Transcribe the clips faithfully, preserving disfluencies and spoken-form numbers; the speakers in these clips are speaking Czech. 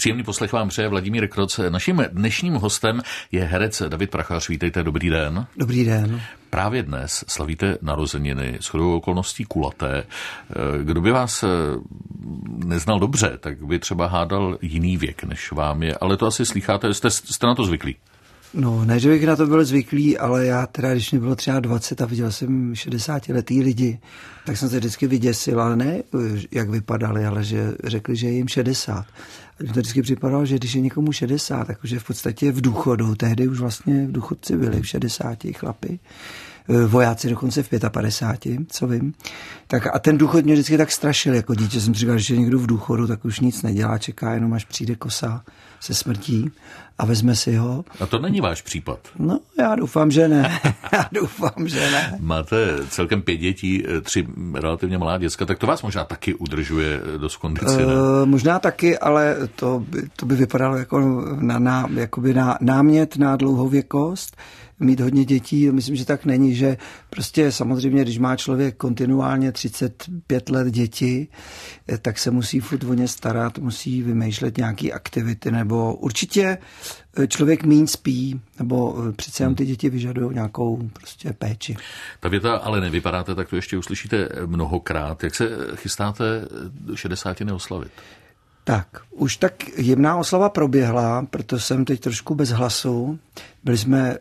Příjemný poslech vám přeje Vladimír Kroc. Naším dnešním hostem je herec David Prachař. Vítejte, dobrý den. Dobrý den. Právě dnes slavíte narozeniny, shodou okolností kulaté. Kdo by vás neznal dobře, tak by třeba hádal jiný věk, než vám je, ale to asi slýcháte, jste, jste na to zvyklí. No, ne, že bych na to byl zvyklý, ale já teda, když mi bylo třeba dvacet a viděl jsem šedesátiletý lidi, tak jsem se vždycky vyděsil, ale ne, jak vypadali, ale že řekli, že je jim šedesát. A mi to vždycky připadalo, že když je někomu šedesát, takže v podstatě v důchodu, tehdy už vlastně v důchodci byli v šedesáti chlapi, vojáci dokonce v padesát pět, co vím. Tak a ten důchod mě vždycky tak strašil jako dítě. Jsem říkal, že je někdo v důchodu, tak už nic nedělá, čeká jenom, až přijde kosa se smrtí a vezme si ho. A to není váš případ? No, já doufám, že ne. Já doufám, že ne. Máte celkem pět dětí, tři relativně malá děcka, tak to vás možná taky udržuje dost kondici, ne? E, možná taky, ale to by, to by vypadalo jako na, na, jakoby na námět na dlouhověkost. Mít hodně dětí, myslím, že tak není, že prostě samozřejmě, když má člověk kontinuálně třicet pět let děti, tak se musí furt o ně starat, musí vymýšlet nějaké aktivity, nebo určitě člověk míň spí, nebo přece jenom ty děti vyžadují nějakou prostě péči. Ta věta ale nevypadáte, tak to ještě uslyšíte mnohokrát. Jak se chystáte šedesátiny oslavit? Tak, už tak jemná oslava proběhla, proto jsem teď trošku bez hlasu. Byli jsme,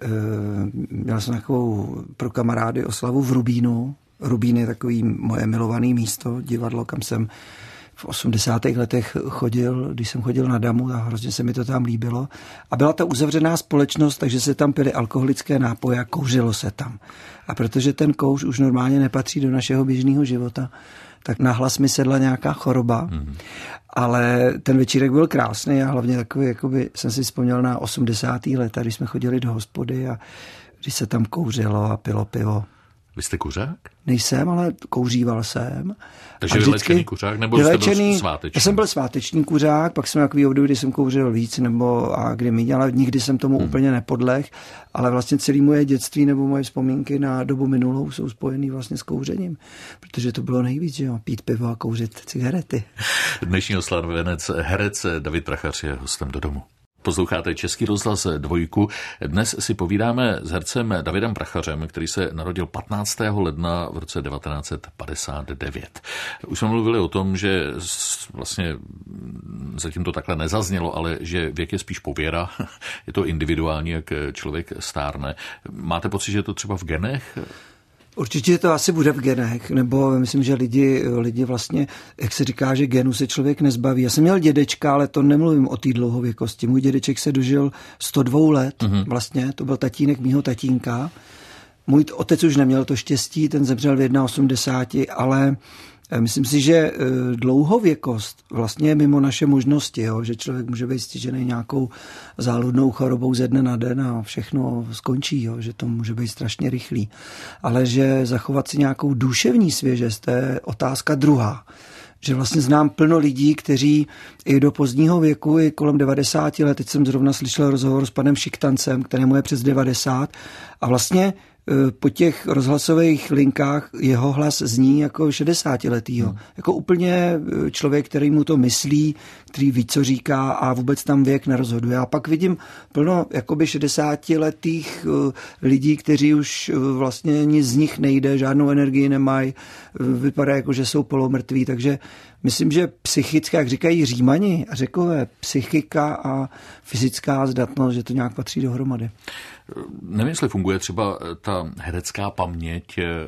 měl jsem takovou pro kamarády oslavu v Rubínu. Rubín je takový moje milované místo, divadlo, kam jsem v osmdesátých letech chodil, když jsem chodil na Damu a hrozně se mi to tam líbilo. A byla to uzavřená společnost, takže se tam pily alkoholické nápoje a kouřilo se tam. A protože ten kouř už normálně nepatří do našeho běžného života, tak nahlas mi sedla nějaká choroba. Mm. Ale ten večírek byl krásný a hlavně takový, jakoby jsem si vzpomněl na osmdesátá léta, když jsme chodili do hospody a když se tam kouřilo a pilo pivo. Vy jste kuřák? Nejsem, ale kouříval jsem. Takže vylečený kuřák, nebo jste byl sváteční? Já jsem byl sváteční kuřák, pak jsem takový období, kdy jsem kouřil víc, nebo a kdy míň, ale nikdy jsem tomu hmm. úplně nepodleh. Ale vlastně celé moje dětství nebo moje vzpomínky na dobu minulou jsou spojený vlastně s kouřením, protože to bylo nejvíc, že jo, pít pivo a kouřit cigarety. Dnešní oslavenec herec David Prachař je hostem Do domu. Posloucháte Český rozhlas Dvojku. Dnes si povídáme s hercem Davidem Prachařem, který se narodil patnáctého ledna v roce devatenáct set padesát devět. Už jsme mluvili o tom, že vlastně zatím to takhle nezaznělo, ale že věk je spíš pověra. Je to individuální, jak člověk stárne. Máte pocit, že je to třeba v genech? Určitě to asi bude v genech, nebo myslím, že lidi, lidi vlastně, jak se říká, že genů se člověk nezbaví. Já jsem měl dědečka, ale to nemluvím o té dlouhověkosti. Můj dědeček se dožil sto dva let, mm-hmm. vlastně, to byl tatínek mýho tatínka. Můj otec už neměl to štěstí, ten zemřel v osmdesáti jedna, ale myslím si, že dlouhověkost vlastně je mimo naše možnosti, jo? Že člověk může být stižený nějakou záludnou chorobou ze dne na den a všechno skončí, jo? Že to může být strašně rychlý. Ale že zachovat si nějakou duševní svěžest, to je otázka druhá. Že vlastně znám plno lidí, kteří i do pozdního věku, i kolem devadesáti let, teď jsem zrovna slyšel rozhovor s panem Šiktancem, kterému je přes devadesát, a vlastně po těch rozhlasových linkách jeho hlas zní jako šedesátiletýho. Hmm. Jako úplně člověk, který mu to myslí, který ví, co říká a vůbec tam věk nerozhoduje. A pak vidím plno jakoby šedesátiletých lidí, kteří už vlastně nic z nich nejde, žádnou energii nemají, vypadá jako, že jsou polomrtví, takže myslím, že psychická, jak říkají Římani a Řekové, psychika a fyzická zdatnost, že to nějak patří dohromady. Nevím, jestli funguje třeba ta herecká paměť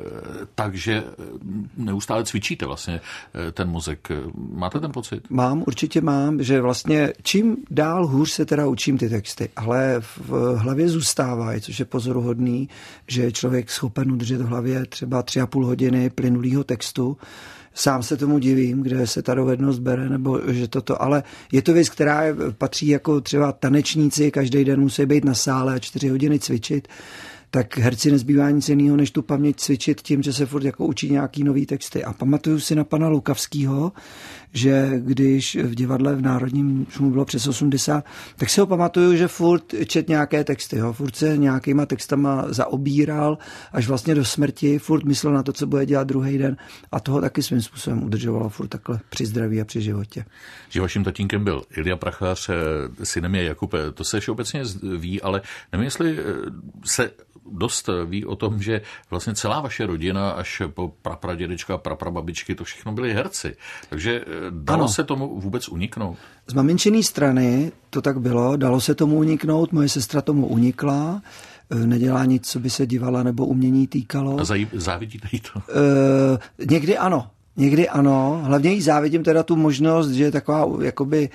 tak, že neustále cvičíte vlastně ten mozek. Máte ten pocit? Mám, určitě mám, že vlastně čím dál hůř se teda učím ty texty, ale v hlavě zůstávají, což je pozoruhodný, že je člověk schopen udržet v hlavě třeba tři a půl hodiny plynulýho textu. Sám se tomu divím, kde se ta dovednost bere, nebo že toto, ale je to věc, která patří jako třeba tanečníci, každý den musí být na sále a čtyři hodiny cvičit, tak herci nezbývá nic jiného, než tu paměť cvičit tím, že se furt jako učí nějaký nový texty. A pamatuju si na pana Lukavského, že když v divadle v Národním, už mu bylo přes osmdesát, tak si ho pamatuju, že furt čet nějaké texty, jo? Furt se nějakýma textama zaobíral až vlastně do smrti, furt myslel na to, co bude dělat druhý den a toho taky svým způsobem udržovalo furt takhle při zdraví a při životě. Že vaším tatínkem byl Ilja Prachař, synem je Jakub, to se všeobecně ví, ale nevím, jestli se dost ví o tom, že vlastně celá vaše rodina až po prapradědečka a praprababičky, to všechno byli herci. Takže dalo ano. se tomu vůbec uniknout? Z maminčiné strany to tak bylo, dalo se tomu uniknout, moje sestra tomu unikla, nedělá nic, co by se divala nebo umění týkalo. A zaj- závidíte jí to? E, někdy ano, někdy ano. Hlavně jí závidím teda tu možnost, že je taková jakoby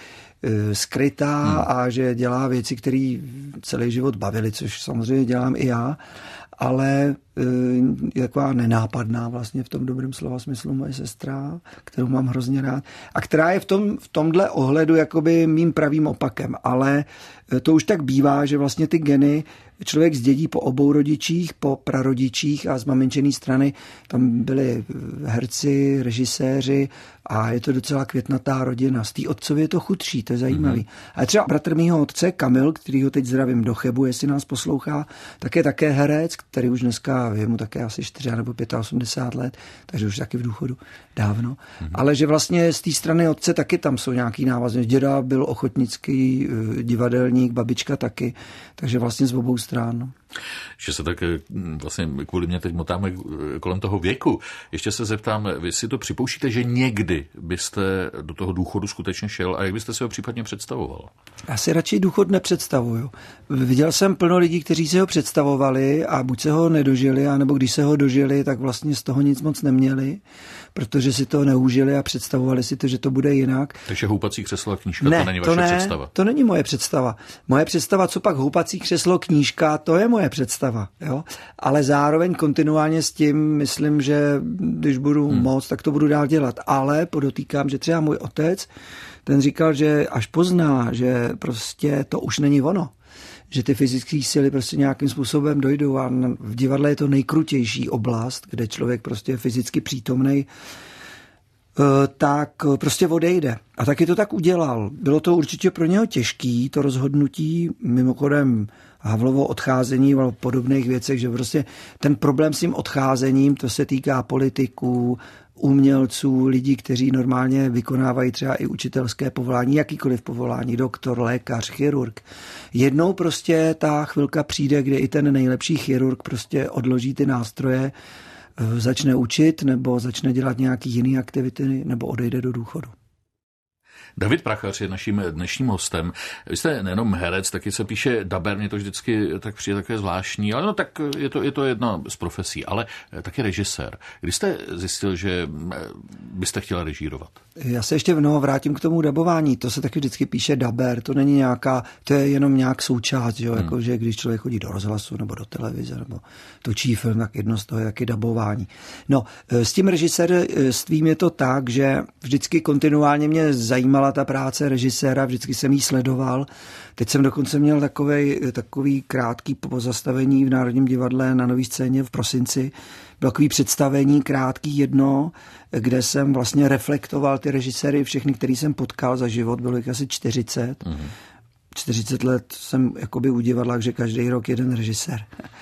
skrytá hmm. a že dělá věci, které celý život bavily, což samozřejmě dělám i já, ale je taková nenápadná vlastně v tom dobrém slova smyslu moje sestra, kterou mám hrozně rád a která je v, tom, v tomhle ohledu jakoby mým pravým opakem, ale to už tak bývá, že vlastně ty geny člověk zdědí po obou rodičích, po prarodičích a z maminčené strany tam byli herci, režiséři a je to docela květnatá rodina. Z té otcově je to chudší, to je zajímavý. Mm-hmm. A třeba bratr mýho otce, Kamil, který ho teď zdravím do Chebu, jestli nás poslouchá, tak je také herec, který už dneska je mu také asi čtyři nebo osmdesát pět let, takže už taky v důchodu dávno. Mm-hmm. Ale že vlastně z té strany otce taky tam jsou nějaký návaznosti. Děda byl ochotnický divadelník, babička taky, takže vlastně z obou stran. Že se tak vlastně kvůli mě teď motáme kolem toho věku. Ještě se zeptám, vy si to připouštíte, že někdy byste do toho důchodu skutečně šel a jak byste si ho případně představoval? Já si radši důchod nepředstavuju. Viděl jsem plno lidí, kteří si ho představovali a buď se ho nedožili, anebo když se ho dožili, tak vlastně z toho nic moc neměli, protože si to neužili a představovali si to, že to bude jinak. Takže houpací křeslo a knížka, ne, to není vaše to ne, představa? To není moje představa. Moje představa, co pak houpací křeslo, knížka, to je moje představa. Jo? Ale zároveň kontinuálně s tím myslím, že když budu hmm. moc, tak to budu dál dělat. Ale podotýkám, že třeba můj otec, ten říkal, že až pozná, že prostě to už není ono, že ty fyzické síly prostě nějakým způsobem dojdou a v divadle je to nejkrutější oblast, kde člověk prostě je fyzicky přítomnej, tak prostě odejde. A taky to tak udělal. Bylo to určitě pro něho těžký, to rozhodnutí, mimochodem Havlovo odcházení o podobných věcech, že prostě ten problém s tím odcházením, to se týká politiků, umělců, lidí, kteří normálně vykonávají třeba i učitelské povolání, jakýkoliv povolání, doktor, lékař, chirurg. Jednou prostě ta chvilka přijde, kde i ten nejlepší chirurg prostě odloží ty nástroje, začne učit nebo začne dělat nějaký jiný aktivity nebo odejde do důchodu. David Prachař je naším dnešním hostem. Vy jste nejenom herec, taky se píše daber, mě to vždycky tak přijde takové zvláštní, ale no tak je to, je to jedna z profesí, ale taky režisér. Kdy jste zjistil, že byste chtěla režírovat? Já se ještě mnoho vrátím k tomu dabování. To se taky vždycky píše daber, to není nějaká, to je jenom nějak součást, jo? Hmm. Jako, že když člověk chodí do rozhlasu nebo do televize nebo točí film, tak jedno z toho je taky dabování. No, s tím režisérstvím je to tak, že vždycky kontinuálně mě zajímala ta práce režiséra, vždycky jsem jí sledoval. Teď jsem dokonce měl takovej, takový krátký pozastavení v Národním divadle na Nový scéně v prosinci. Bylo takový představení krátký jedno, kde jsem vlastně reflektoval ty režiséry, všechny, který jsem potkal za život, bylo jich asi čtyřicet. Mm-hmm. čtyřicet let jsem jakoby u divadla, že každý rok jeden režisér.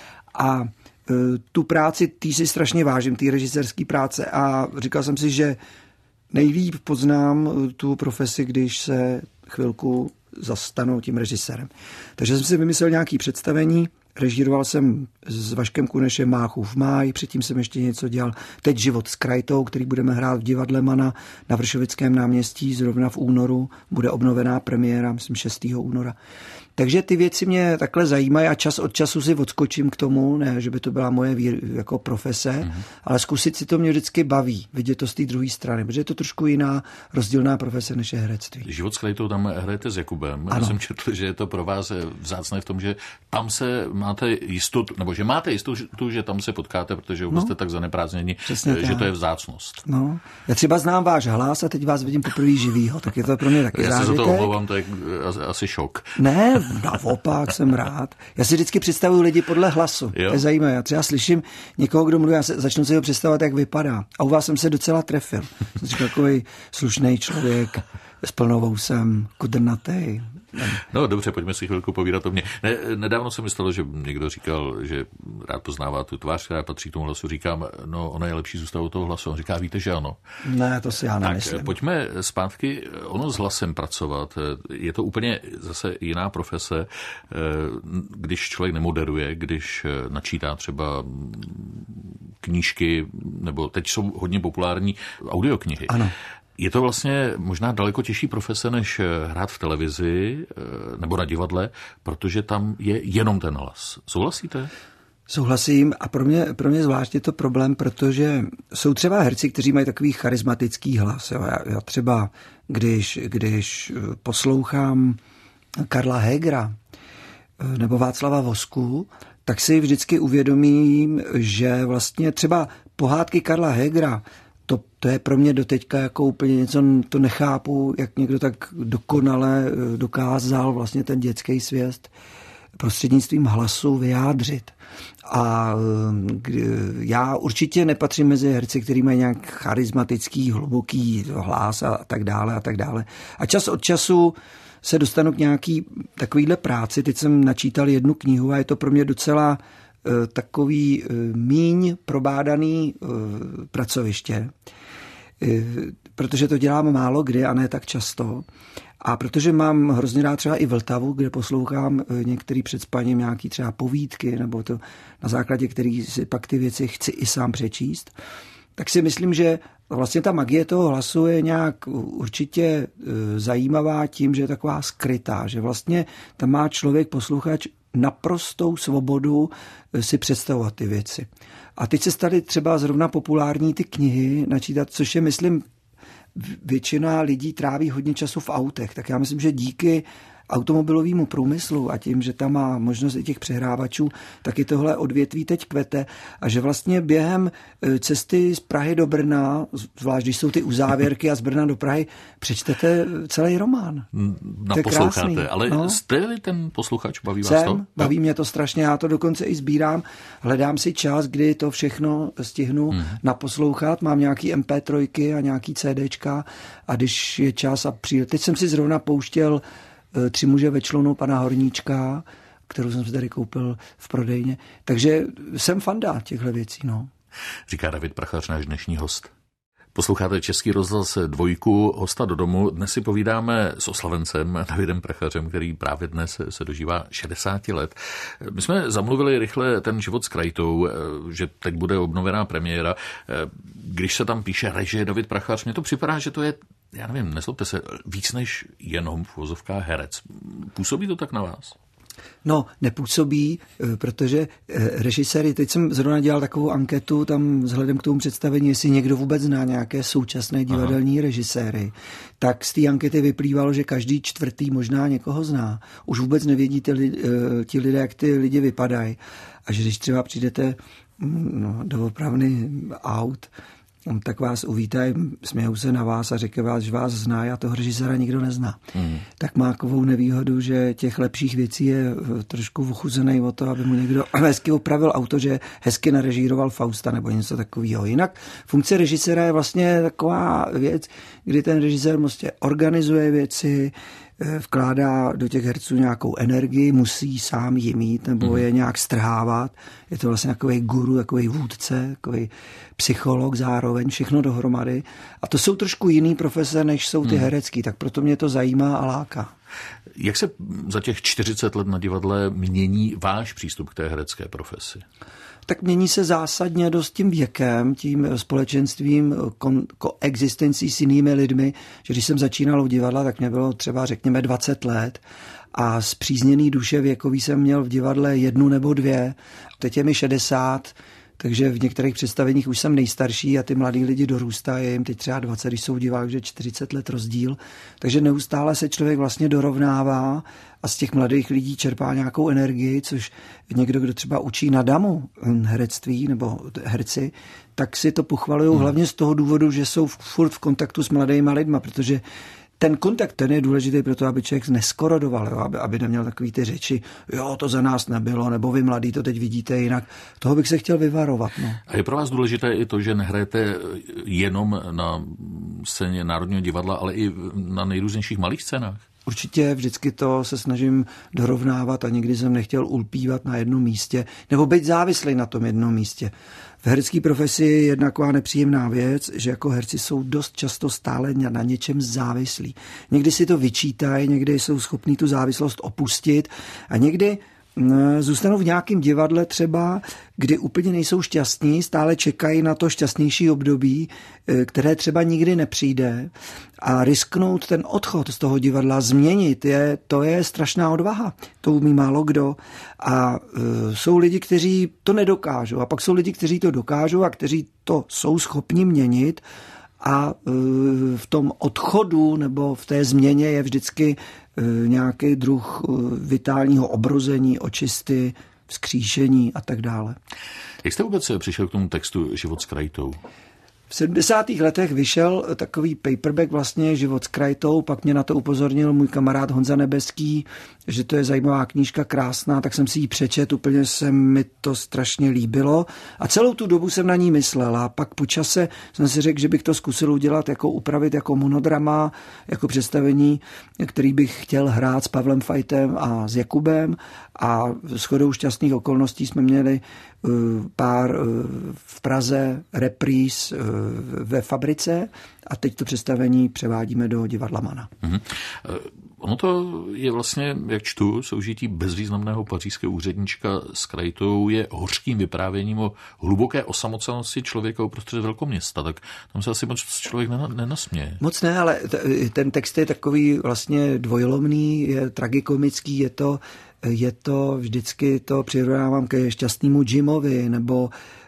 A tu práci, tý si strašně vážím, té režisérské práce a říkal jsem si, že nejlíp poznám tu profesi, když se chvilku zastanu tím režisérem. Takže jsem si vymyslel nějaké představení, režíroval jsem s Vaškem Kunešem Máchu v máji, předtím jsem ještě něco dělal. Teď Život s Krajtou, který budeme hrát v divadle Mana na Vršovickém náměstí, zrovna v únoru, bude obnovená premiéra, myslím šestého února. Takže ty věci mě takhle zajímají a čas od času si odskočím k tomu, ne, že by to byla moje jako profese, mm-hmm. ale zkusit si to mě vždycky baví, vidět to z té druhé strany, protože je to trošku jiná rozdílná profese než je herectví. Život s Krajtou tam hrajete s Jakubem. Já jsem četl, že je to pro vás vzácné v tom, že tam se máte jistotu, nebo že máte jistotu, že tam se potkáte, protože vůbec no, jste tak zaneprázdnění, že tak. to je vzácnost. No, já třeba znám váš hlas a teď vás vidím poprvé živýho, tak je to pro mě taky zážitek. Já se za to omlouvám, to je asi šok. Ne, naopak, jsem rád. Já si vždycky představuju lidi podle hlasu. Jo. To je zajímavé. Já třeba slyším někoho, kdo mluví, já se, začnu si ho představovat, jak vypadá. A u vás jsem se docela trefil. Jsem říkal, takový slušný člověk, s plnou vousem, kudrnatej. No dobře, pojďme si chvilku povídat o mně. Ne, nedávno se mi stalo, že někdo říkal, že rád poznává tu tvář, která patří k tomu hlasu. Říkám, no ono je lepší zůstat u toho hlasu. On říká, víte, že ano. Ne, to si já nemyslím. Tak pojďme zpátky, ono s hlasem pracovat. Je to úplně zase jiná profese, když člověk nemoderuje, když načítá třeba knížky, nebo teď jsou hodně populární audioknihy. Ano. Je to vlastně možná daleko těžší profese, než hrát v televizi nebo na divadle, protože tam je jenom ten hlas. Souhlasíte? Souhlasím a pro mě, pro mě zvlášť je to problém, protože jsou třeba herci, kteří mají takový charismatický hlas. Jo. Já, já třeba, když, když poslouchám Karla Hegera nebo Václava Vosku, tak si vždycky uvědomím, že vlastně třeba pohádky Karla Hegera, To, to je pro mě doteďka jako úplně něco, to nechápu, jak někdo tak dokonale dokázal vlastně ten dětský svět prostřednictvím hlasu vyjádřit. A já určitě nepatřím mezi herci, kteří mají nějak charismatický, hluboký hlas a tak dále a tak dále. A čas od času se dostanu k nějaký takovýhle práci. Teď jsem načítal jednu knihu a je to pro mě docela takový míň probádaný pracoviště, protože to dělám málo kdy a ne tak často. A protože mám hrozně rád třeba i Vltavu, kde poslouchám některý před spaním nějaký třeba povídky, nebo to na základě kterých si pak ty věci chci i sám přečíst, tak si myslím, že vlastně ta magie toho hlasu je nějak určitě zajímavá tím, že je taková skrytá, že vlastně tam má člověk, posluchač, naprostou svobodu si představovat ty věci. A teď se staly třeba zrovna populární ty knihy načítat, což je, myslím, většina lidí tráví hodně času v autech. Tak já myslím, že díky automobilovému průmyslu a tím, že tam má možnost i těch přehrávačů, tak i tohle odvětví teď kvete a že vlastně během cesty z Prahy do Brna, zvlášť když jsou ty uzávěrky a z Brna do Prahy, přečtete celý román. Naposloucháte, ale no? Jste-li ten posluchač, baví vás Jsem, to? baví mě to strašně, já to dokonce i sbírám, hledám si čas, kdy to všechno stihnu hmm. naposlouchat, mám nějaký em pé tři a nějaký CDčka a když je čas a přijde. Teď jsem si zrovna pouštěl Tři muže ve člunu pana Horníčka, kterou jsem si tady koupil v prodejně. Takže jsem fanda těchto věcí. No. Říká David Prachař, náš dnešní host. Posloucháte Český rozhlas Dvojku, hosta do domu. Dnes si povídáme s oslavencem Davidem Prachařem, který právě dnes se dožívá šedesát let. My jsme zamluvili rychle ten život s krajtou, že teď bude obnovená premiéra. Když se tam píše režie David Prachař, mně to připadá, že to je, já nevím, neslobte se, víc než jenom v uvozovkách herec. Působí to tak na vás? No, nepůsobí, protože režiséry, teď jsem zrovna dělal takovou anketu tam vzhledem k tomu představení, jestli někdo vůbec zná nějaké současné divadelní Aha. režiséry, tak z té ankety vyplývalo, že každý čtvrtý možná někoho zná. Už vůbec nevědí ty, ti lidé, jak ty lidi vypadají. A že když třeba přijdete no, do opravny aut, tak vás uvítají, smějou se na vás a říkají vás, že vás zná a toho režiséra nikdo nezná. Mm. Tak má takovou nevýhodu, že těch lepších věcí je trošku ochuzený o to, aby mu někdo hezky opravil auto, že hezky narežíroval Fausta nebo něco takového. Jinak funkce režiséra je vlastně taková věc, kdy ten režisér prostě organizuje věci, vkládá do těch herců nějakou energii, musí sám ji mít nebo mm. je nějak strhávat. Je to vlastně takový guru, takový vůdce, takový psycholog zároveň, všechno dohromady. A to jsou trošku jiný profese, než jsou ty mm. herecký, tak proto mě to zajímá a láká. Jak se za těch čtyřicet let na divadle mění váš přístup k té herecké profesi? Tak mění se zásadně dost tím věkem, tím společenstvím, kon, koexistencí s jinými lidmi, že když jsem začínal u divadla, tak mě bylo třeba řekněme dvacet let a zpřízněný duše věkový jsem měl v divadle jednu nebo dvě. Teď je mi šedesát, takže v některých představeních už jsem nejstarší a ty mladí lidi dorůstají, je jim teď třeba dvacet, když jsou divák, že čtyřicet let rozdíl. Takže neustále se člověk vlastně dorovnává a z těch mladých lidí čerpá nějakou energii, což někdo, kdo třeba učí na damu herectví nebo herci, tak si to pochvalují hmm. hlavně z toho důvodu, že jsou furt v kontaktu s mladýma lidma, protože ten kontakt, ten je důležitý pro to, aby člověk neskorodoval, jo? Aby, aby neměl takový ty řeči, jo, to za nás nebylo, nebo vy mladí to teď vidíte jinak. Toho bych se chtěl vyvarovat. No. A je pro vás důležité i to, že nehrajete jenom na scéně Národního divadla, ale i na nejrůznějších malých scénách? Určitě vždycky to se snažím dorovnávat a nikdy jsem nechtěl ulpívat na jednom místě, nebo být závislý na tom jednom místě. V herecké profesi je jedna taková nepříjemná věc, že jako herci jsou dost často stále na něčem závislí. Někdy si to vyčítají, někdy jsou schopní tu závislost opustit a někdy zůstanou v nějakém divadle třeba, kdy úplně nejsou šťastní, stále čekají na to šťastnější období, které třeba nikdy nepřijde a risknout ten odchod z toho divadla, změnit, je, to je strašná odvaha. To umí málo kdo a uh, jsou lidi, kteří to nedokážou a pak jsou lidi, kteří to dokážou a kteří to jsou schopni měnit a uh, v tom odchodu nebo v té změně je vždycky nějaký druh vitálního obrození, očisty, vzkříšení a tak dále. Jak jste vůbec přišel k tomu textu Život s krajtou? V sedmdesátých letech vyšel takový paperback vlastně Život s krajtou, pak mě na to upozornil můj kamarád Honza Nebeský, že to je zajímavá knížka, krásná, tak jsem si ji přečet, úplně se mi to strašně líbilo a celou tu dobu jsem na ní myslel a pak po čase jsem si řekl, že bych to zkusil udělat, jako upravit jako monodrama, jako představení, který bych chtěl hrát s Pavlem Fajtem a s Jakubem a shodou šťastných okolností jsme měli pár v Praze, repríz ve Fabrice a teď to představení převádíme do divadla Mana. Mm-hmm. Ono to je vlastně, jak čtu, soužití bezvýznamného pařížského úředníčka s krajtou je hořkým vyprávěním o hluboké osamocenosti člověka uprostřed velkoměsta, tak tam se asi moc člověk nenasměje. Moc ne, ale t- ten text je takový vlastně dvojlomný, je tragikomický, je to Je to vždycky, to přirovnávám ke šťastnému Jimovi, nebo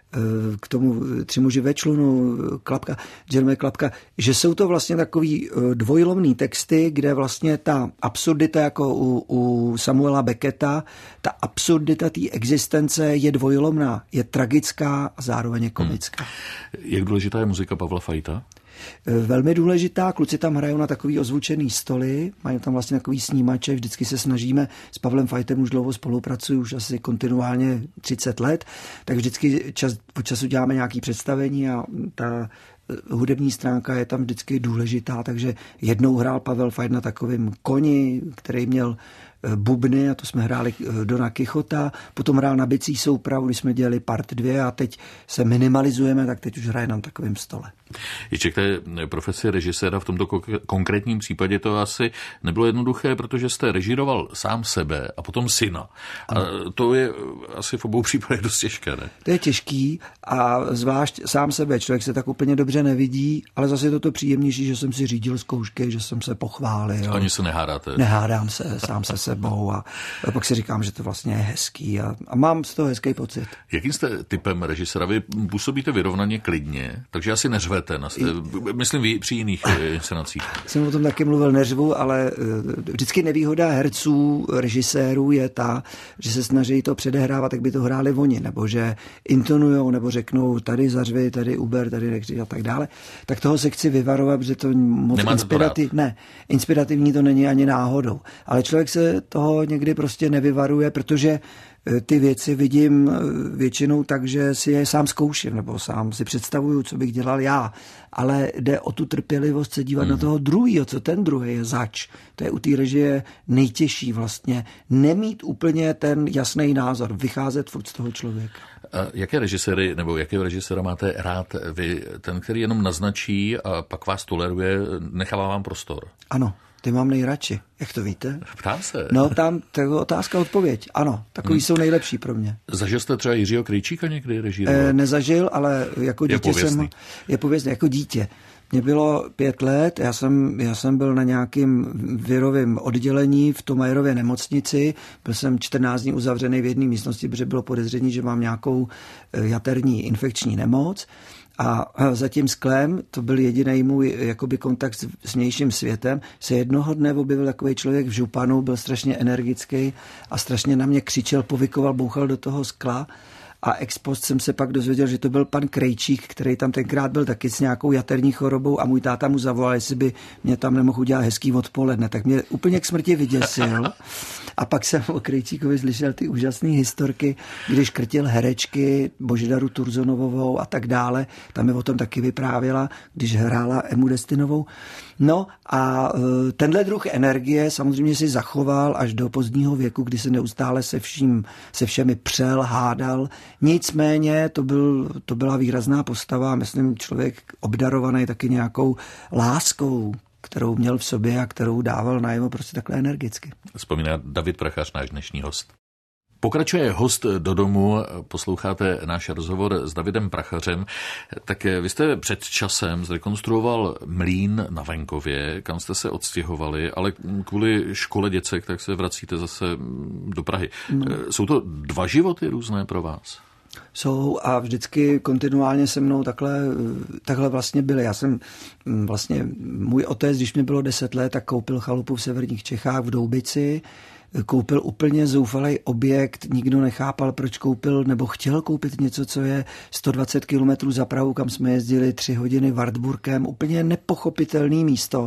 k tomu Tři muži ve člunu, Klapka, Jeremy Klapka, že jsou to vlastně takový dvojlomný texty, kde vlastně ta absurdita jako u, u Samuela Becketa, ta absurdita té existence je dvojlomná, je tragická a zároveň je komická. Hmm. Jak důležitá je muzika Pavla Fajta? Velmi důležitá, kluci tam hrajou na takový ozvučený stoly, mají tam vlastně takový snímače, vždycky se snažíme, s Pavlem Fajtem už dlouho spolupracuju, už asi kontinuálně třicet let, tak vždycky čas, po času děláme nějaké představení a ta hudební stránka je tam vždycky důležitá, takže jednou hrál Pavel Fajt na takovém koni, který měl bubny a to jsme hráli Dona Kichota, potom hrál na bicí soupravu, když jsme dělali part dvě a teď se minimalizujeme, tak teď už hraje na takovém stole. Ještě k té profesi režiséra v tomto konkrétním případě to asi nebylo jednoduché, protože jste režíroval sám sebe a potom syna. A to je asi v obou případech dost těžké, ne? To je těžký a zvlášť sám sebe. Člověk se tak úplně dobře nevidí, ale zase je to to příjemnější, že jsem si řídil zkoušky, že jsem se pochválil. Ani se nehádáte? Nehádám se sám se sebou a, a pak si říkám, že to vlastně je hezký a, a mám z toho hezký pocit. Jakým jste typem režiséra? Vy působíte vyrovnaně klidně, takže asi neřvete. Myslím vy při jiných inscenacích. Jsem o tom taky mluvil, neřvu, ale vždycky nevýhoda herců, režisérů je ta, že se snaží to předehrávat, tak by to hráli oni, nebo že intonujou, nebo řeknou tady zařvi, tady uber, tady nekřič a tak dále. Tak toho se chci vyvarovat, že to moc inspirativ... ne, inspirativní to není ani náhodou. Ale člověk se toho někdy prostě nevyvaruje, protože ty věci vidím většinou tak, že si je sám zkouším, nebo sám si představuju, co bych dělal já. Ale jde o tu trpělivost se dívat mm. na toho druhýho, co ten druhý je zač. To je u té režie nejtěžší vlastně. Nemít úplně ten jasný názor, vycházet furt z toho člověka. A jaké režiséry, nebo jakého režiséra máte rád vy? Ten, který jenom naznačí a pak vás toleruje, nechává vám prostor? Ano. Ty mám nejradši. Jak to víte? Ptám se. No tam, to je otázka, odpověď. Ano, takový hmm. jsou nejlepší pro mě. Zažil jste třeba Jiřího Krejčíka někdy režíroval? E, nezažil, ale jako dítě je jsem... Je pověstný, jako dítě. Mně bylo pět let, já jsem, já jsem byl na nějakém virovém oddělení v Tomajerově nemocnici, byl jsem čtrnáct dní uzavřený v jedné místnosti, protože bylo podezření, že mám nějakou jaterní infekční nemoc. A za tím sklem, to byl jediný můj jakoby kontakt s, s vnějším světem, se jednoho dne objevil takový člověk v županu, byl strašně energický a strašně na mě křičel, povykoval, bouchal do toho skla. A ex post jsem se pak dozvěděl, že to byl pan Krejčík, který tam tenkrát byl taky s nějakou jaterní chorobou a můj táta mu zavolal, jestli by mě tam nemohl udělat hezký odpoledne. Tak mě úplně k smrti vyděsil. A pak jsem o Krejčíkovi slyšel ty úžasné historky, když krtil herečky Božidaru Turzonovou a tak dále. Tam mi o tom taky vyprávěla, když hrála Emu Destinovou. No a tenhle druh energie samozřejmě si zachoval až do pozdního věku, kdy se neustále se vším, se všemi přel, hádal. Nicméně to, byl, to byla výrazná postava, myslím člověk obdarovaný taky nějakou láskou, kterou měl v sobě a kterou dával najevo prostě takhle energicky. Vzpomíná David Prachař, náš dnešní host. Pokračuje host do domu, posloucháte náš rozhovor s Davidem Prachařem. Tak vy jste před časem zrekonstruoval mlýn na venkově, kam jste se odstěhovali, ale kvůli škole děcek tak se vracíte zase do Prahy. No. Jsou to dva životy různé pro vás? Jsou a vždycky kontinuálně se mnou takhle, takhle vlastně byly. Já jsem vlastně, můj otec, když mi bylo deset let, tak koupil chalupu v severních Čechách v Doubici, koupil úplně zoufalý objekt, nikdo nechápal, proč koupil nebo chtěl koupit něco, co je sto dvacet kilometrů za Prahu, kam jsme jezdili tři hodiny Wartburgem, úplně nepochopitelný místo.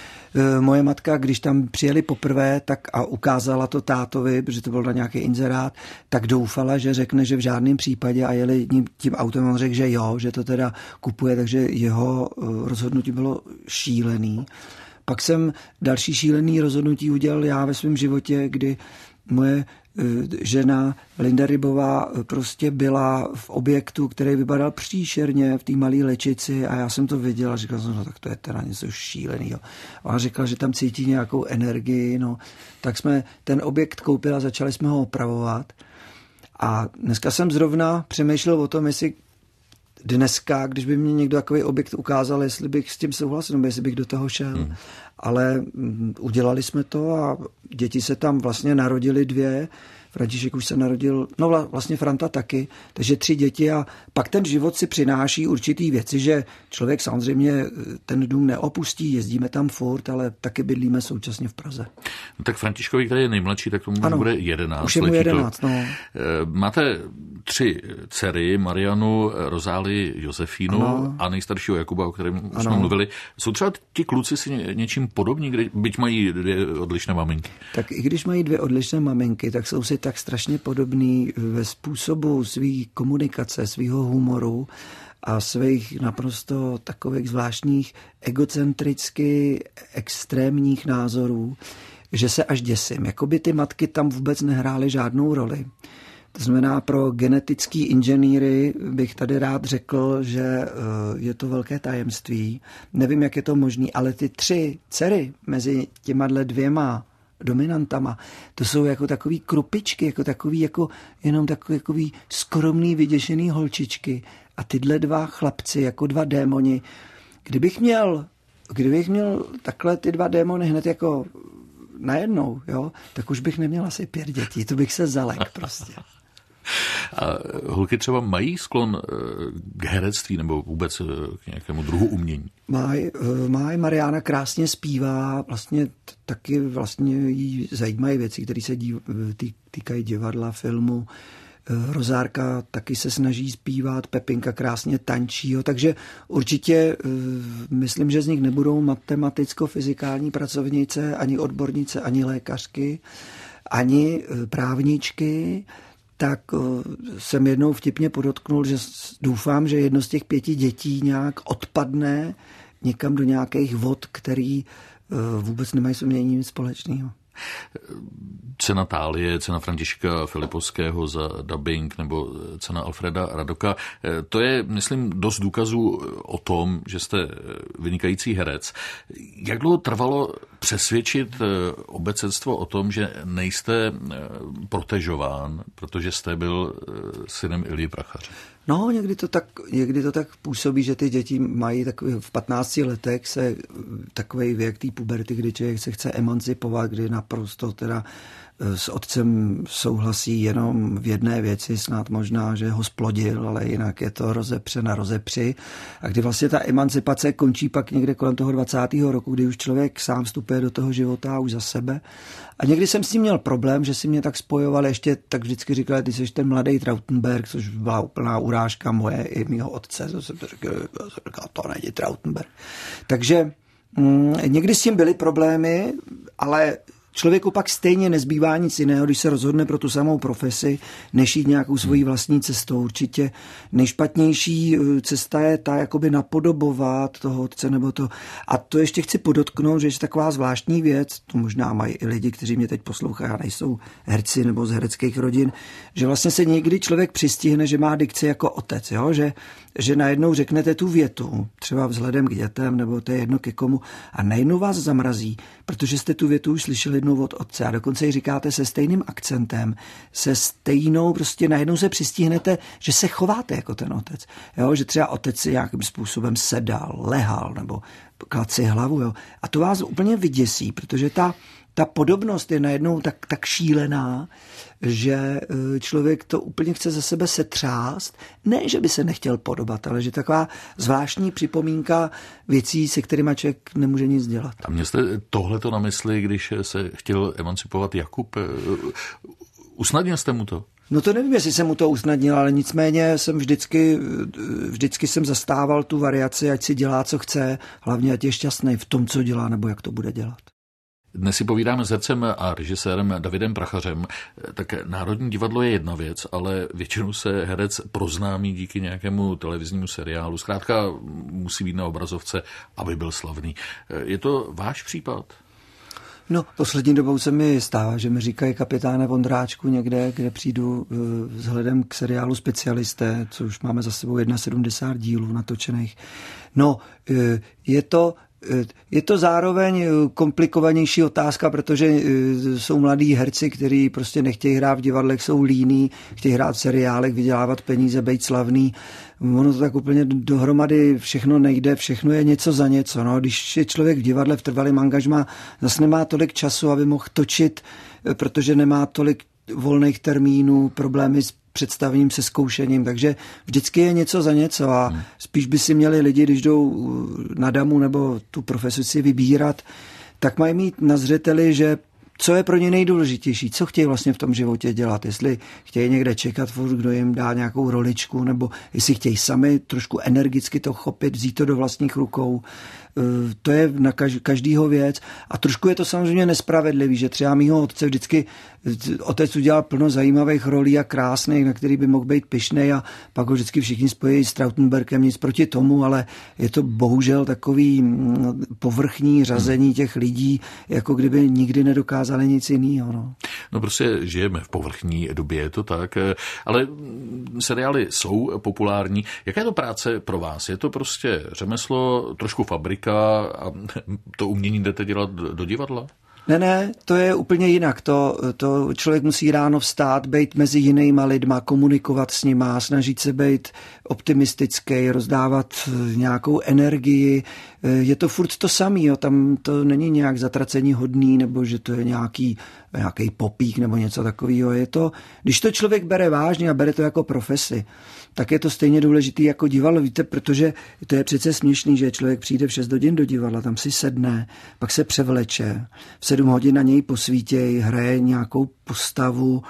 Moje matka, když tam přijeli poprvé tak a ukázala to tátovi, protože to byl na nějaký inzerát, tak doufala, že řekne, že v žádném případě a jeli tím autem, on řekl, že jo, že to teda kupuje, takže jeho rozhodnutí bylo šílený. Pak jsem další šílený rozhodnutí udělal já ve svém životě, kdy moje žena Linda Rybová prostě byla v objektu, který vypadal příšerně v té malé Lečici a já jsem to viděl a říkal jsem, no tak to je teda něco šílenýho. A ona říkala, že tam cítí nějakou energii, no. Tak jsme ten objekt koupili a začali jsme ho opravovat. A dneska jsem zrovna přemýšlel o tom, jestli dneska, když by mě někdo takový objekt ukázal, jestli bych s tím souhlasil, nebo jestli bych do toho šel. Mm. Ale udělali jsme to a děti se tam vlastně narodily dvě. František už se narodil, no vlastně Franta taky, takže tři děti a pak ten život si přináší určitý věci, že člověk samozřejmě ten dům neopustí, jezdíme tam furt, ale taky bydlíme současně v Praze. No tak Františkovi, který je nejmladší, tak tomu ano, bude jedenáct. Už je mu jedenáct, no. Máte tři dcery, Marianu, Rozálii, Josefínu ano. a nejstaršího Jakuba, o kterém už jsme mluvili. Jsou třeba ti kluci si něčím podobní, kdy, byť mají dvě odlišné maminky? Tak i když mají dvě odlišné maminky, tak jsou si tak strašně podobný ve způsobu svý komunikace, svýho humoru a svých naprosto takových zvláštních egocentricky extrémních názorů, že se až děsím. Jakoby ty matky tam vůbec nehrály žádnou roli. To znamená, pro genetický inženýry bych tady rád řekl, že je to velké tajemství. Nevím, jak je to možné, ale ty tři dcery mezi těma dvěma dominantama, to jsou jako takový krupičky, jako takový, jako jenom takový, takový skromný, vyděšený holčičky. A tyhle dva chlapci, jako dva démoni, kdybych měl, kdybych měl takhle ty dva démony hned jako najednou, jo, tak už bych neměl asi pět dětí, to bych se zalek prostě. A holky třeba mají sklon k herectví nebo vůbec k nějakému druhu umění? Máj, máj Mariána krásně zpívá, vlastně taky vlastně jí zajímají věci, které se dív, tý, týkají divadla, filmu. Rozárka taky se snaží zpívat, Pepinka krásně tančí, jo, takže určitě myslím, že z nich nebudou matematicko-fyzikální pracovnice, ani odbornice, ani lékařky, ani právničky. Tak jsem jednou vtipně podotknul, že doufám, že jedno z těch pěti dětí nějak odpadne někam do nějakých vod, který vůbec nemají s uměním nic společného. cena Thálie, cena Františka Filipovského za dubbing nebo cena Alfreda Radoka. To je, myslím, dost důkazů o tom, že jste vynikající herec. Jak dlouho trvalo přesvědčit obecenstvo o tom, že nejste protežován, protože jste byl synem Ilji Prachaře? No, někdy to tak, někdy to tak působí, že ty děti mají takový, v patnácti letech se takový věk té puberty, kdy člověk se chce emancipovat, kdy naprosto teda s otcem souhlasí jenom v jedné věci, snad možná, že ho splodil, ale jinak je to rozepře na rozepři. A kdy vlastně ta emancipace končí pak někde kolem toho dvacátého roku, kdy už člověk sám vstupuje do toho života už za sebe. A někdy jsem s tím měl problém, že si mě tak spojoval, ještě tak vždycky říkali, ty jsi ten mladý Trautenberg, což byla úplná urážka moje i mýho otce, to jsem to říkal, říkal to není Trautenberg. Takže mm, někdy s tím byly problémy, ale člověku pak stejně nezbývá nic jiného, když se rozhodne pro tu samou profesi, než jít nějakou svojí vlastní cestou. Určitě nejšpatnější cesta je ta jakoby napodobovat toho otce nebo to. A to ještě chci podotknout, že je taková zvláštní věc, to možná mají i lidi, kteří mě teď poslouchají a nejsou herci nebo z hereckých rodin, že vlastně se někdy člověk přistihne, že má dikci jako otec, jo? Že, že najednou řeknete tu větu, třeba vzhledem k dětem, nebo to je jedno ke komu, a najednou vás zamrazí, protože jste tu větu už slyšeli jednou od otce a dokonce ji říkáte se stejným akcentem, se stejnou, prostě najednou se přistihnete, že se chováte jako ten otec. Jo? Že třeba otec si nějakým způsobem sedal, lehal nebo kladl si hlavu. Jo? A to vás úplně vyděsí, protože ta, ta podobnost je najednou tak, tak šílená, že člověk to úplně chce ze sebe setřást. Ne, že by se nechtěl podobat, ale že taková zvláštní připomínka věcí, se kterýma člověk nemůže nic dělat. A měl jste tohleto na mysli, když se chtěl emancipovat Jakub? Usnadnil jste mu to? No to nevím, jestli jsem mu to usnadnil, ale nicméně jsem vždycky, vždycky jsem zastával tu variaci, ať si dělá, co chce, hlavně ať je šťastný v tom, co dělá, nebo jak to bude dělat. Dnes si povídáme s hercem a režisérem Davidem Prachařem. Tak Národní divadlo je jedna věc, ale většinou se herec proznámí díky nějakému televiznímu seriálu. Zkrátka musí být na obrazovce, aby byl slavný. Je to váš případ? No, poslední dobou se mi stává, že mi říkají kapitáne Vondráčku někde, kde přijdu vzhledem k seriálu Specialisté, co už máme za sebou sedmdesát jedna dílů natočených. No, je to... Je to zároveň komplikovanější otázka, protože jsou mladí herci, kteří prostě nechtějí hrát v divadlech, jsou líní, chtějí hrát v seriálech, vydělávat peníze, být slavný. Ono to tak úplně dohromady všechno nejde, všechno je něco za něco. No. Když je člověk v divadle v trvalém angažmá, zase nemá tolik času, aby mohl točit, protože nemá tolik volných termínů, problémy s představením, se zkoušením, takže vždycky je něco za něco a hmm. spíš by si měli lidi, když jdou na damu nebo tu profesi si vybírat, tak mají mít na zřeteli, že co je pro ně nejdůležitější, co chtějí vlastně v tom životě dělat, jestli chtějí někde čekat, kdo jim dá nějakou roličku, nebo jestli chtějí sami trošku energicky to chopit, vzít to do vlastních rukou. To je na každýho věc a trošku je to samozřejmě nespravedlivý, že třeba mýho otce vždycky otec udělal plno zajímavých rolí a krásných, na který by mohl být pyšnej a pak ho vždycky všichni spojí s Trautenbergem, nic proti tomu, ale je to bohužel takový povrchní řazení těch lidí, jako kdyby nikdy nedokázali nic jiného. No. no prostě žijeme v povrchní době, je to tak, ale seriály jsou populární. Jaká je to práce pro vás? Je to prostě řemeslo, trošku fabrika a to umění jdete dělat do divadla? Ne, ne, to je úplně jinak. To, to člověk musí ráno vstát, být mezi jinýma lidma, komunikovat s nima, snažit se být optimistický, rozdávat nějakou energii. Je to furt to samý, jo. Tam to není nějak zatracení hodný, nebo že to je nějaký, nějaký popík nebo něco takového. Je to, když to člověk bere vážně a bere to jako profesi, tak je to stejně důležitý jako divadlo, víte, protože to je přece směšný, že člověk přijde v šest hodin do divadla, tam si sedne, pak se převleče, v sedm hodin na něj posvítěj, hraje nějakou postavu,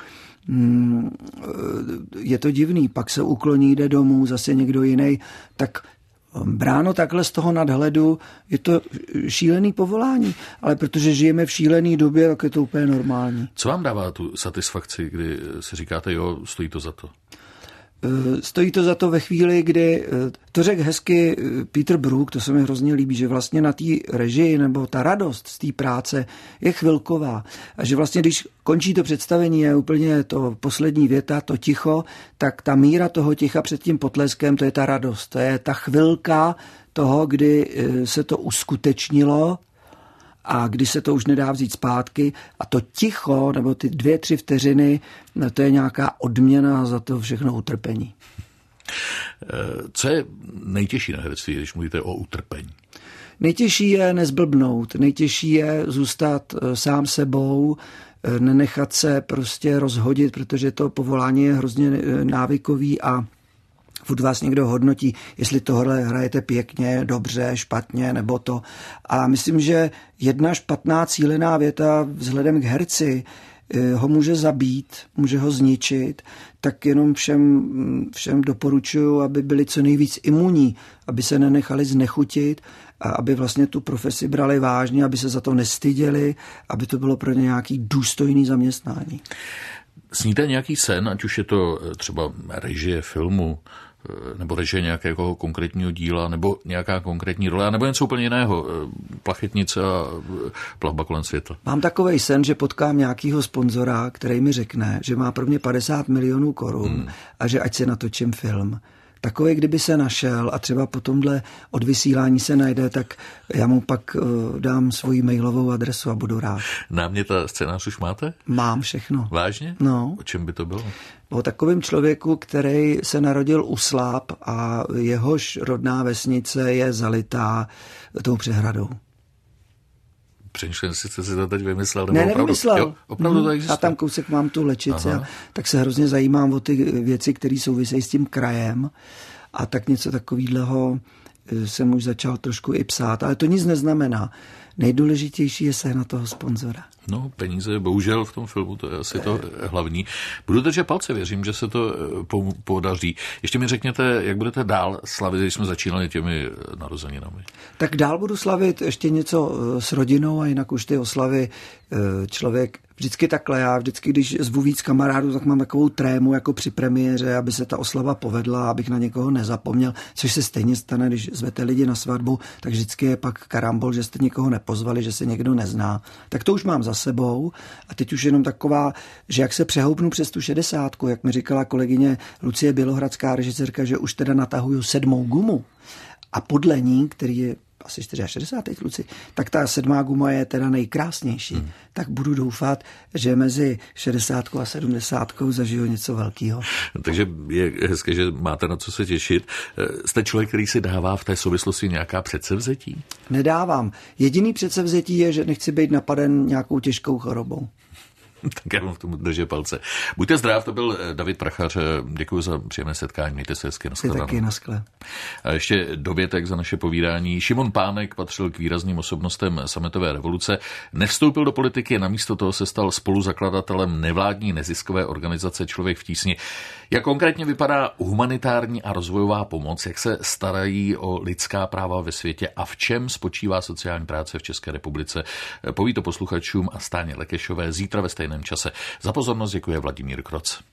je to divný, pak se ukloní, jde domů, zase někdo jiný, tak bráno takhle z toho nadhledu, je to šílený povolání, ale protože žijeme v šílený době, tak je to úplně normální. Co vám dává tu satisfakci, kdy si říkáte, jo, stojí to za to? Stojí to za to ve chvíli, kdy to řekl hezky Peter Brook, to se mi hrozně líbí, že vlastně na té režii nebo ta radost z té práce je chvilková. A že vlastně, když končí to představení, je úplně to poslední věta, to ticho, tak ta míra toho ticha před tím potleskem, to je ta radost. To je ta chvilka toho, kdy se to uskutečnilo a když se to už nedá vzít zpátky a to ticho, nebo ty dvě, tři vteřiny, to je nějaká odměna za to všechno utrpení. Co je nejtěžší na herectví, když mluvíte o utrpení? Nejtěžší je nezblbnout, nejtěžší je zůstat sám sebou, nenechat se prostě rozhodit, protože to povolání je hrozně návykový a furt vás někdo hodnotí, jestli tohle hrajete pěkně, dobře, špatně, nebo to. A myslím, že jedna špatná cílená věta vzhledem k herci ho může zabít, může ho zničit, tak jenom všem, všem doporučuju, aby byli co nejvíc imunní, aby se nenechali znechutit a aby vlastně tu profesi brali vážně, aby se za to nestyděli, aby to bylo pro ně nějaký důstojný zaměstnání. Sníte nějaký sen, ať už je to třeba režie filmu, nebo režie nějakého konkrétního díla, nebo nějaká konkrétní role, nebo něco úplně jiného, plachetnice a plavba kolem světa. Mám takovej sen, že potkám nějakýho sponzora, který mi řekne, že má pro mě padesát milionů korun hmm. a že ať se natočím film. Takový, kdyby se našel a třeba po tomhle odvysílání se najde, tak já mu pak uh, dám svoji mailovou adresu a budu rád. Námět a scénář už máte? Mám všechno. Vážně? No. O čem by to bylo? O takovém člověku, který se narodil u Slap a jehož rodná vesnice je zalitá tou přehradou. Přemýšlím, jestli jsi to teď vymyslel. Ne, nevymyslel. Jo, opravdu hmm. to existuje. A tam kousek mám tu Lečici a tak se hrozně zajímám o ty věci, které souvisejí s tím krajem a tak něco takového jsem už začal trošku i psát, ale to nic neznamená. Nejdůležitější je sehnat toho sponzora. No, peníze bohužel v tom filmu, to je asi to hlavní. Budu držet palce, věřím, že se to podaří. Ještě mi řekněte, jak budete dál slavit, když jsme začínali těmi narozeninami. Tak dál budu slavit ještě něco s rodinou a jinak už ty oslavy člověk vždycky takhle. Já vždycky, když zvu víc kamarádů, tak mám takovou trému jako při premiéře, aby se ta oslava povedla, abych na někoho nezapomněl, což se stejně stane, když zvete lidi na svatbu, tak vždycky je pak karambol, že jste někoho nepozvali, že se někdo nezná. Tak to už mám za sebou a teď už jenom taková, že jak se přehoupnu přes tu šedesátku, jak mi říkala kolegyně Lucie Bělohradská režisérka, že už teda natahuju sedmou gumu a podle ní, který je asi šedesát čtyři teď, Luci, tak ta sedmá guma je teda nejkrásnější. Hmm. Tak budu doufat, že mezi šedesátkou a sedmdesátkou zažiju něco velkého. Takže je hezké, že máte na co se těšit. Jste člověk, který si dává v té souvislosti nějaká předsevzetí? Nedávám. Jediný předsevzetí je, že nechci být napaden nějakou těžkou chorobou. Tak já vám v tomu držím palce. Buďte zdrav, to byl David Prachař. Děkuji za příjemné setkání. Mějte se hezky. Ty taky, naschle. A ještě dovětek za naše povídání. Šimon Pánek patřil k výrazným osobnostem sametové revoluce. Nevstoupil do politiky, namísto toho se stal spoluzakladatelem nevládní neziskové organizace Člověk v tísni. Jak konkrétně vypadá humanitární a rozvojová pomoc, jak se starají o lidská práva ve světě a v čem spočívá sociální práce v České republice, poví to posluchačům a Stáně Lekešové zítra ve stejném čase. Za pozornost děkuje Vladimír Kroc.